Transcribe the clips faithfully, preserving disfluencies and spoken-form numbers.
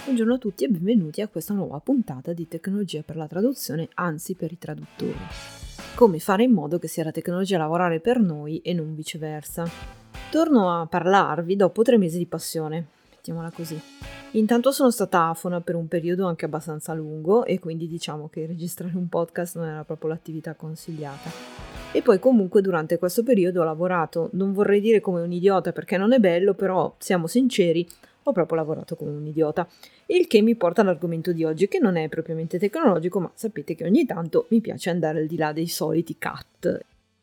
Buongiorno a tutti e benvenuti a questa nuova puntata di Tecnologia per la traduzione, anzi per i traduttori. Come fare in modo che sia la tecnologia a lavorare per noi e non viceversa. Torno a parlarvi dopo tre mesi di passione, mettiamola così. Intanto sono stata afona per un periodo anche abbastanza lungo e quindi diciamo che registrare un podcast non era proprio l'attività consigliata. E poi comunque durante questo periodo ho lavorato, non vorrei dire come un idiota perché non è bello, però siamo sinceri, ho proprio lavorato come un idiota, il che mi porta all'argomento di oggi, che non è propriamente tecnologico, ma sapete che ogni tanto mi piace andare al di là dei soliti cut.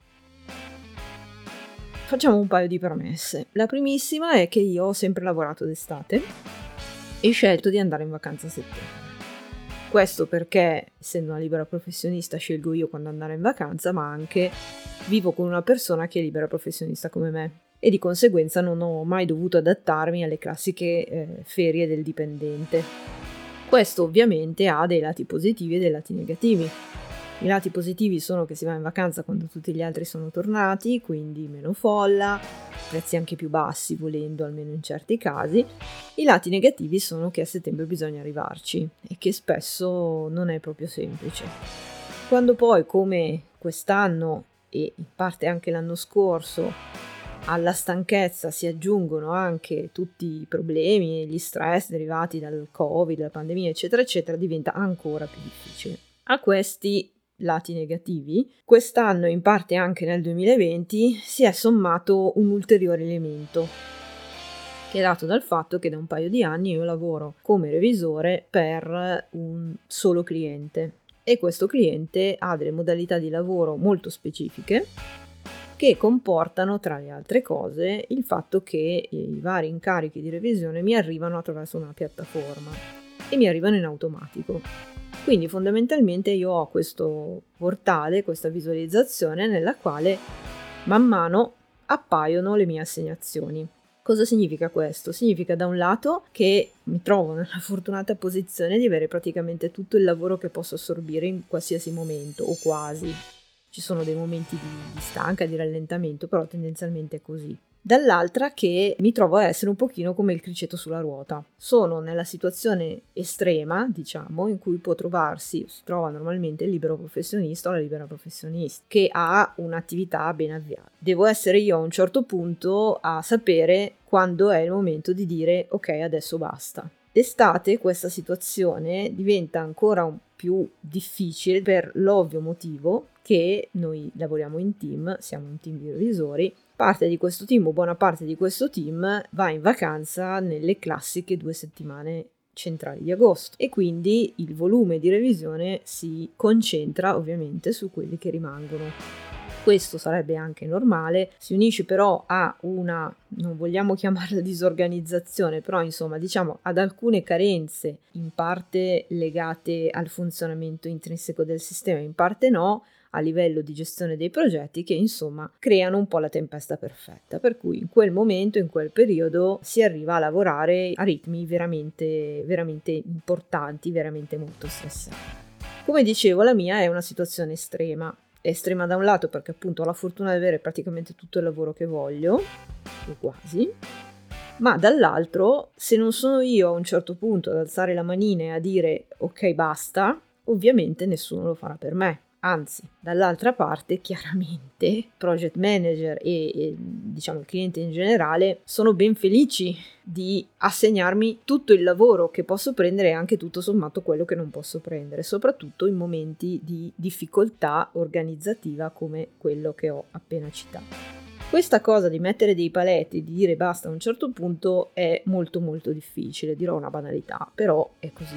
Facciamo un paio di premesse. La primissima è che io ho sempre lavorato d'estate e scelto di andare in vacanza a settembre. Questo perché, essendo una libera professionista, scelgo io quando andare in vacanza, ma anche vivo con una persona che è libera professionista come me. E di conseguenza non ho mai dovuto adattarmi alle classiche eh, ferie del dipendente. Questo ovviamente ha dei lati positivi e dei lati negativi. I lati positivi sono che si va in vacanza quando tutti gli altri sono tornati, quindi meno folla, prezzi anche più bassi volendo, almeno in certi casi. I lati negativi sono che a settembre bisogna arrivarci e che spesso non è proprio semplice. Quando poi, come quest'anno e in parte anche l'anno scorso, alla stanchezza si aggiungono anche tutti i problemi e gli stress derivati dal Covid, dalla pandemia, eccetera, eccetera, diventa ancora più difficile. A questi lati negativi, quest'anno, in parte anche nel duemilaventi, si è sommato un ulteriore elemento, che è dato dal fatto che da un paio di anni io lavoro come revisore per un solo cliente e questo cliente ha delle modalità di lavoro molto specifiche che comportano, tra le altre cose, il fatto che i vari incarichi di revisione mi arrivano attraverso una piattaforma e mi arrivano in automatico. Quindi fondamentalmente io ho questo portale, questa visualizzazione nella quale man mano appaiono le mie assegnazioni. Cosa significa questo? Significa da un lato che mi trovo nella fortunata posizione di avere praticamente tutto il lavoro che posso assorbire in qualsiasi momento, o quasi. Ci sono dei momenti di, di stanca, di rallentamento, però tendenzialmente è così. Dall'altra che mi trovo a essere un pochino come il criceto sulla ruota. Sono nella situazione estrema, diciamo, in cui può trovarsi, si trova normalmente il libero professionista o la libera professionista, che ha un'attività ben avviata. Devo essere io a un certo punto a sapere quando è il momento di dire ok, adesso basta. D'estate questa situazione diventa ancora un più difficile per l'ovvio motivo che noi lavoriamo in team, siamo un team di revisori, parte di questo team o buona parte di questo team va in vacanza nelle classiche due settimane centrali di agosto e quindi il volume di revisione si concentra ovviamente su quelli che rimangono. Questo sarebbe anche normale, si unisce però a una, non vogliamo chiamarla disorganizzazione, però insomma diciamo ad alcune carenze in parte legate al funzionamento intrinseco del sistema, in parte no, a livello di gestione dei progetti che insomma creano un po' la tempesta perfetta, per cui in quel momento, in quel periodo si arriva a lavorare a ritmi veramente, veramente importanti, veramente molto stressanti. Come dicevo, la mia è una situazione estrema. È estrema da un lato perché appunto ho la fortuna di avere praticamente tutto il lavoro che voglio, o quasi, ma dall'altro se non sono io a un certo punto ad alzare la manina e a dire ok basta, ovviamente nessuno lo farà per me. Anzi, dall'altra parte, chiaramente, project manager e, e diciamo il cliente in generale sono ben felici di assegnarmi tutto il lavoro che posso prendere e anche tutto sommato quello che non posso prendere, soprattutto in momenti di difficoltà organizzativa come quello che ho appena citato. Questa cosa di mettere dei paletti, di dire basta a un certo punto è molto molto difficile, dirò una banalità, però è così.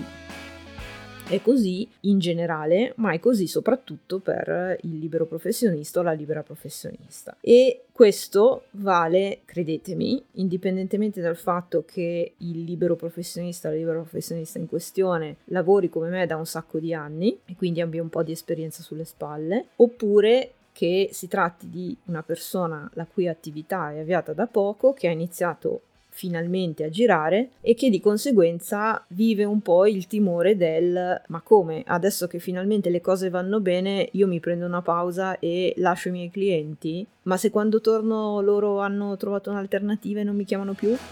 È così in generale, ma è così soprattutto per il libero professionista o la libera professionista. E questo vale, credetemi, indipendentemente dal fatto che il libero professionista o la libera professionista in questione lavori come me da un sacco di anni e quindi abbia un po' di esperienza sulle spalle, oppure che si tratti di una persona la cui attività è avviata da poco, che ha iniziato finalmente a girare e che di conseguenza vive un po' il timore del ma come, adesso che finalmente le cose vanno bene io mi prendo una pausa e lascio i miei clienti? Ma se quando torno loro hanno trovato un'alternativa e non mi chiamano più?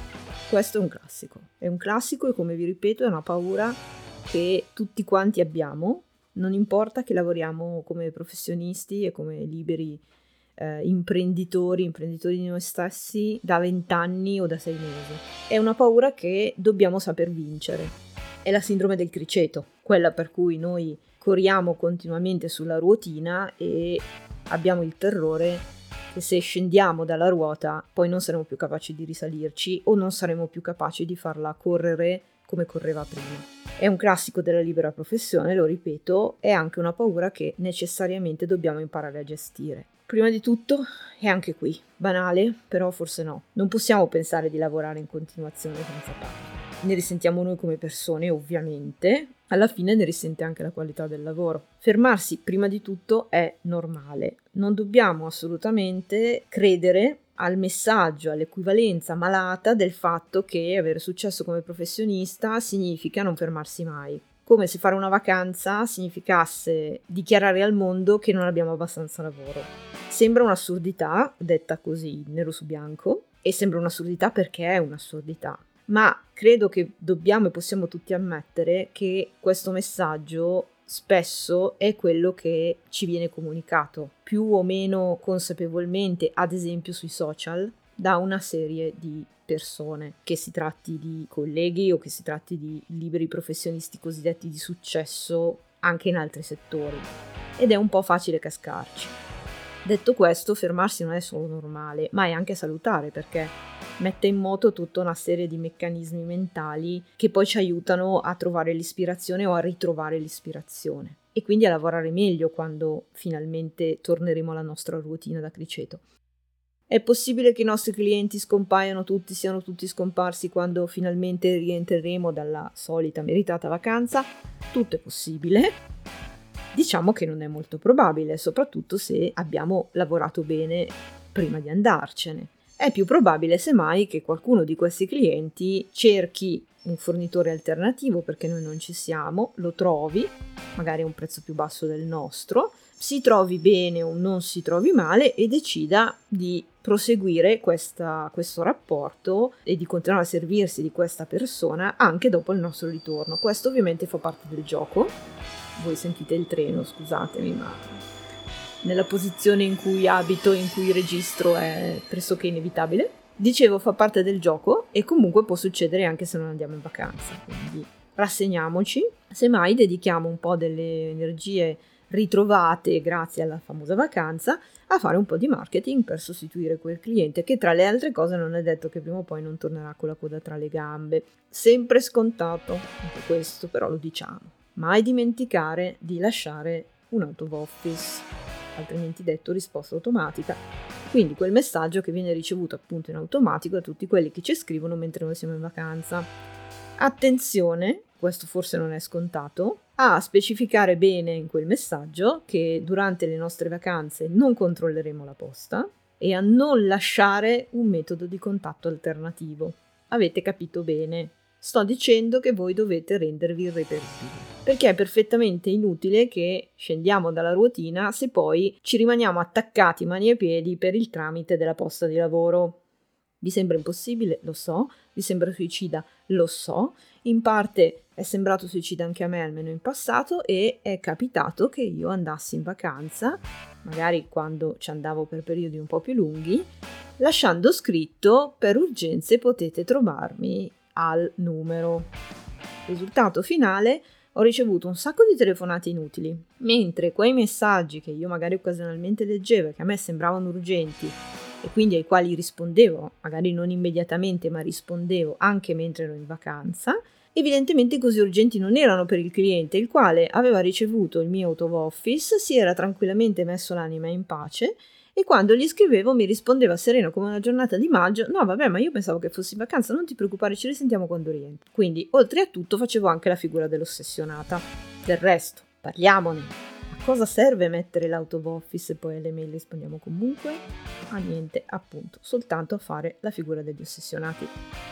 Questo è un classico, è un classico e come vi ripeto è una paura che tutti quanti abbiamo, non importa che lavoriamo come professionisti e come liberi eh, imprenditori, imprenditori di noi stessi da vent'anni o da sei mesi. È una paura che dobbiamo saper vincere. È la sindrome del criceto, quella per cui noi corriamo continuamente sulla ruotina e abbiamo il terrore che se scendiamo dalla ruota poi non saremo più capaci di risalirci o non saremo più capaci di farla correre come correva prima. È un classico della libera professione, lo ripeto, è anche una paura che necessariamente dobbiamo imparare a gestire. Prima di tutto è anche qui, banale, però forse no. Non possiamo pensare di lavorare in continuazione senza pausa. Ne risentiamo noi come persone, ovviamente, alla fine ne risente anche la qualità del lavoro. Fermarsi, prima di tutto, è normale. Non dobbiamo assolutamente credere al messaggio, all'equivalenza malata del fatto che avere successo come professionista significa non fermarsi mai. Come se fare una vacanza significasse dichiarare al mondo che non abbiamo abbastanza lavoro. Sembra un'assurdità, detta così nero su bianco, e sembra un'assurdità perché è un'assurdità. Ma credo che dobbiamo e possiamo tutti ammettere che questo messaggio spesso è quello che ci viene comunicato, più o meno consapevolmente, ad esempio sui social, da una serie di persone, che si tratti di colleghi o che si tratti di liberi professionisti cosiddetti di successo anche in altri settori. Ed è un po' facile cascarci. Detto questo, fermarsi non è solo normale, ma è anche salutare perché mette in moto tutta una serie di meccanismi mentali che poi ci aiutano a trovare l'ispirazione o a ritrovare l'ispirazione e quindi a lavorare meglio quando finalmente torneremo alla nostra routine da criceto. È possibile che i nostri clienti scompaiano tutti, siano tutti scomparsi quando finalmente rientreremo dalla solita meritata vacanza? Tutto è possibile. Diciamo che non è molto probabile, soprattutto se abbiamo lavorato bene prima di andarcene. È più probabile semmai che qualcuno di questi clienti cerchi un fornitore alternativo perché noi non ci siamo, lo trovi, magari a un prezzo più basso del nostro, si trovi bene o non si trovi male e decida di proseguire questa, questo rapporto e di continuare a servirsi di questa persona anche dopo il nostro ritorno. Questo ovviamente fa parte del gioco. Voi sentite il treno, scusatemi, ma nella posizione in cui abito, in cui registro, è pressoché inevitabile. Dicevo, fa parte del gioco e comunque può succedere anche se non andiamo in vacanza, quindi rassegniamoci. Semmai dedichiamo un po' delle energie ritrovate grazie alla famosa vacanza a fare un po' di marketing per sostituire quel cliente che tra le altre cose non è detto che prima o poi non tornerà con la coda tra le gambe. Sempre scontato, anche questo però lo diciamo. Mai dimenticare di lasciare un out of office, altrimenti detto risposta automatica, quindi quel messaggio che viene ricevuto appunto in automatico da tutti quelli che ci scrivono mentre noi siamo in vacanza. Attenzione, questo forse non è scontato, a specificare bene in quel messaggio che durante le nostre vacanze non controlleremo la posta e a non lasciare un metodo di contatto alternativo. Avete capito bene? Sto dicendo che voi dovete rendervi irreperibili, perché è perfettamente inutile che scendiamo dalla ruotina se poi ci rimaniamo attaccati mani e piedi per il tramite della posta di lavoro. Vi sembra impossibile? Lo so. Vi sembra suicida? Lo so. In parte è sembrato suicida anche a me, almeno in passato, e è capitato che io andassi in vacanza, magari quando ci andavo per periodi un po' più lunghi, lasciando scritto: per urgenze potete trovarmi al numero. Risultato finale: ho ricevuto un sacco di telefonate inutili, mentre quei messaggi che io magari occasionalmente leggevo e che a me sembravano urgenti e quindi ai quali rispondevo, magari non immediatamente, ma rispondevo anche mentre ero in vacanza, evidentemente così urgenti non erano per il cliente, il quale aveva ricevuto il mio out of office, si era tranquillamente messo l'anima in pace e quando gli scrivevo mi rispondeva sereno come una giornata di maggio: no vabbè, ma io pensavo che fossi in vacanza, non ti preoccupare, ci risentiamo quando rientro. Quindi oltre a tutto facevo anche la figura dell'ossessionata. Del resto, parliamone. A cosa serve mettere l'out of office e poi alle mail rispondiamo comunque? A niente, appunto, soltanto a fare la figura degli ossessionati.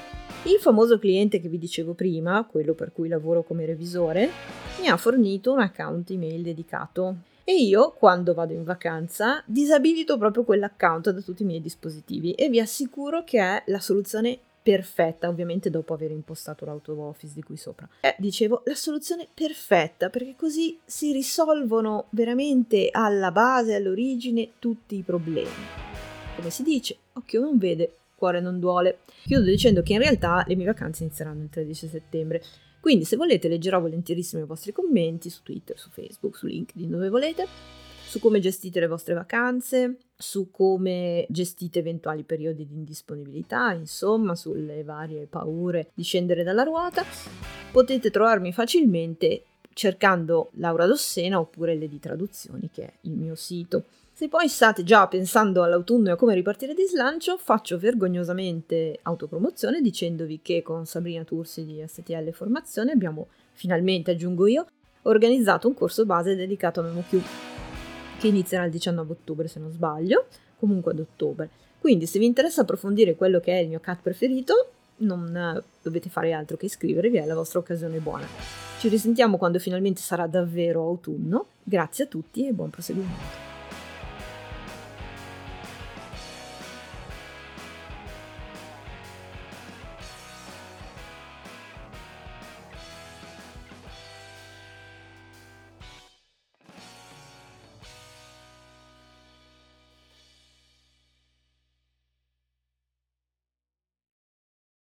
Il famoso cliente che vi dicevo prima, quello per cui lavoro come revisore, mi ha fornito un account email dedicato. E io, quando vado in vacanza, disabilito proprio quell'account da tutti i miei dispositivi e vi assicuro che è la soluzione perfetta, ovviamente dopo aver impostato l'out of office di cui sopra. Eh, dicevo, la soluzione perfetta, perché così si risolvono veramente alla base, all'origine, tutti i problemi. Come si dice, occhio non vede, cuore non duole. Chiudo dicendo che in realtà le mie vacanze inizieranno il tredici settembre, quindi se volete leggerò volentierissimo i vostri commenti su Twitter, su Facebook, su LinkedIn, dove volete, su come gestite le vostre vacanze, su come gestite eventuali periodi di indisponibilità, insomma, sulle varie paure di scendere dalla ruota. Potete trovarmi facilmente cercando Laura Dossena oppure le di Traduzioni, che è il mio sito. Se poi state già pensando all'autunno e a come ripartire di slancio, faccio vergognosamente autopromozione dicendovi che con Sabrina Tursi di S T L Formazione abbiamo finalmente, aggiungo io, organizzato un corso base dedicato a MemoQ, che inizierà il diciannove ottobre se non sbaglio, comunque ad ottobre. Quindi se vi interessa approfondire quello che è il mio cat preferito, non dovete fare altro che iscrivervi, è la vostra occasione buona. Ci risentiamo quando finalmente sarà davvero autunno. Grazie a tutti e buon proseguimento.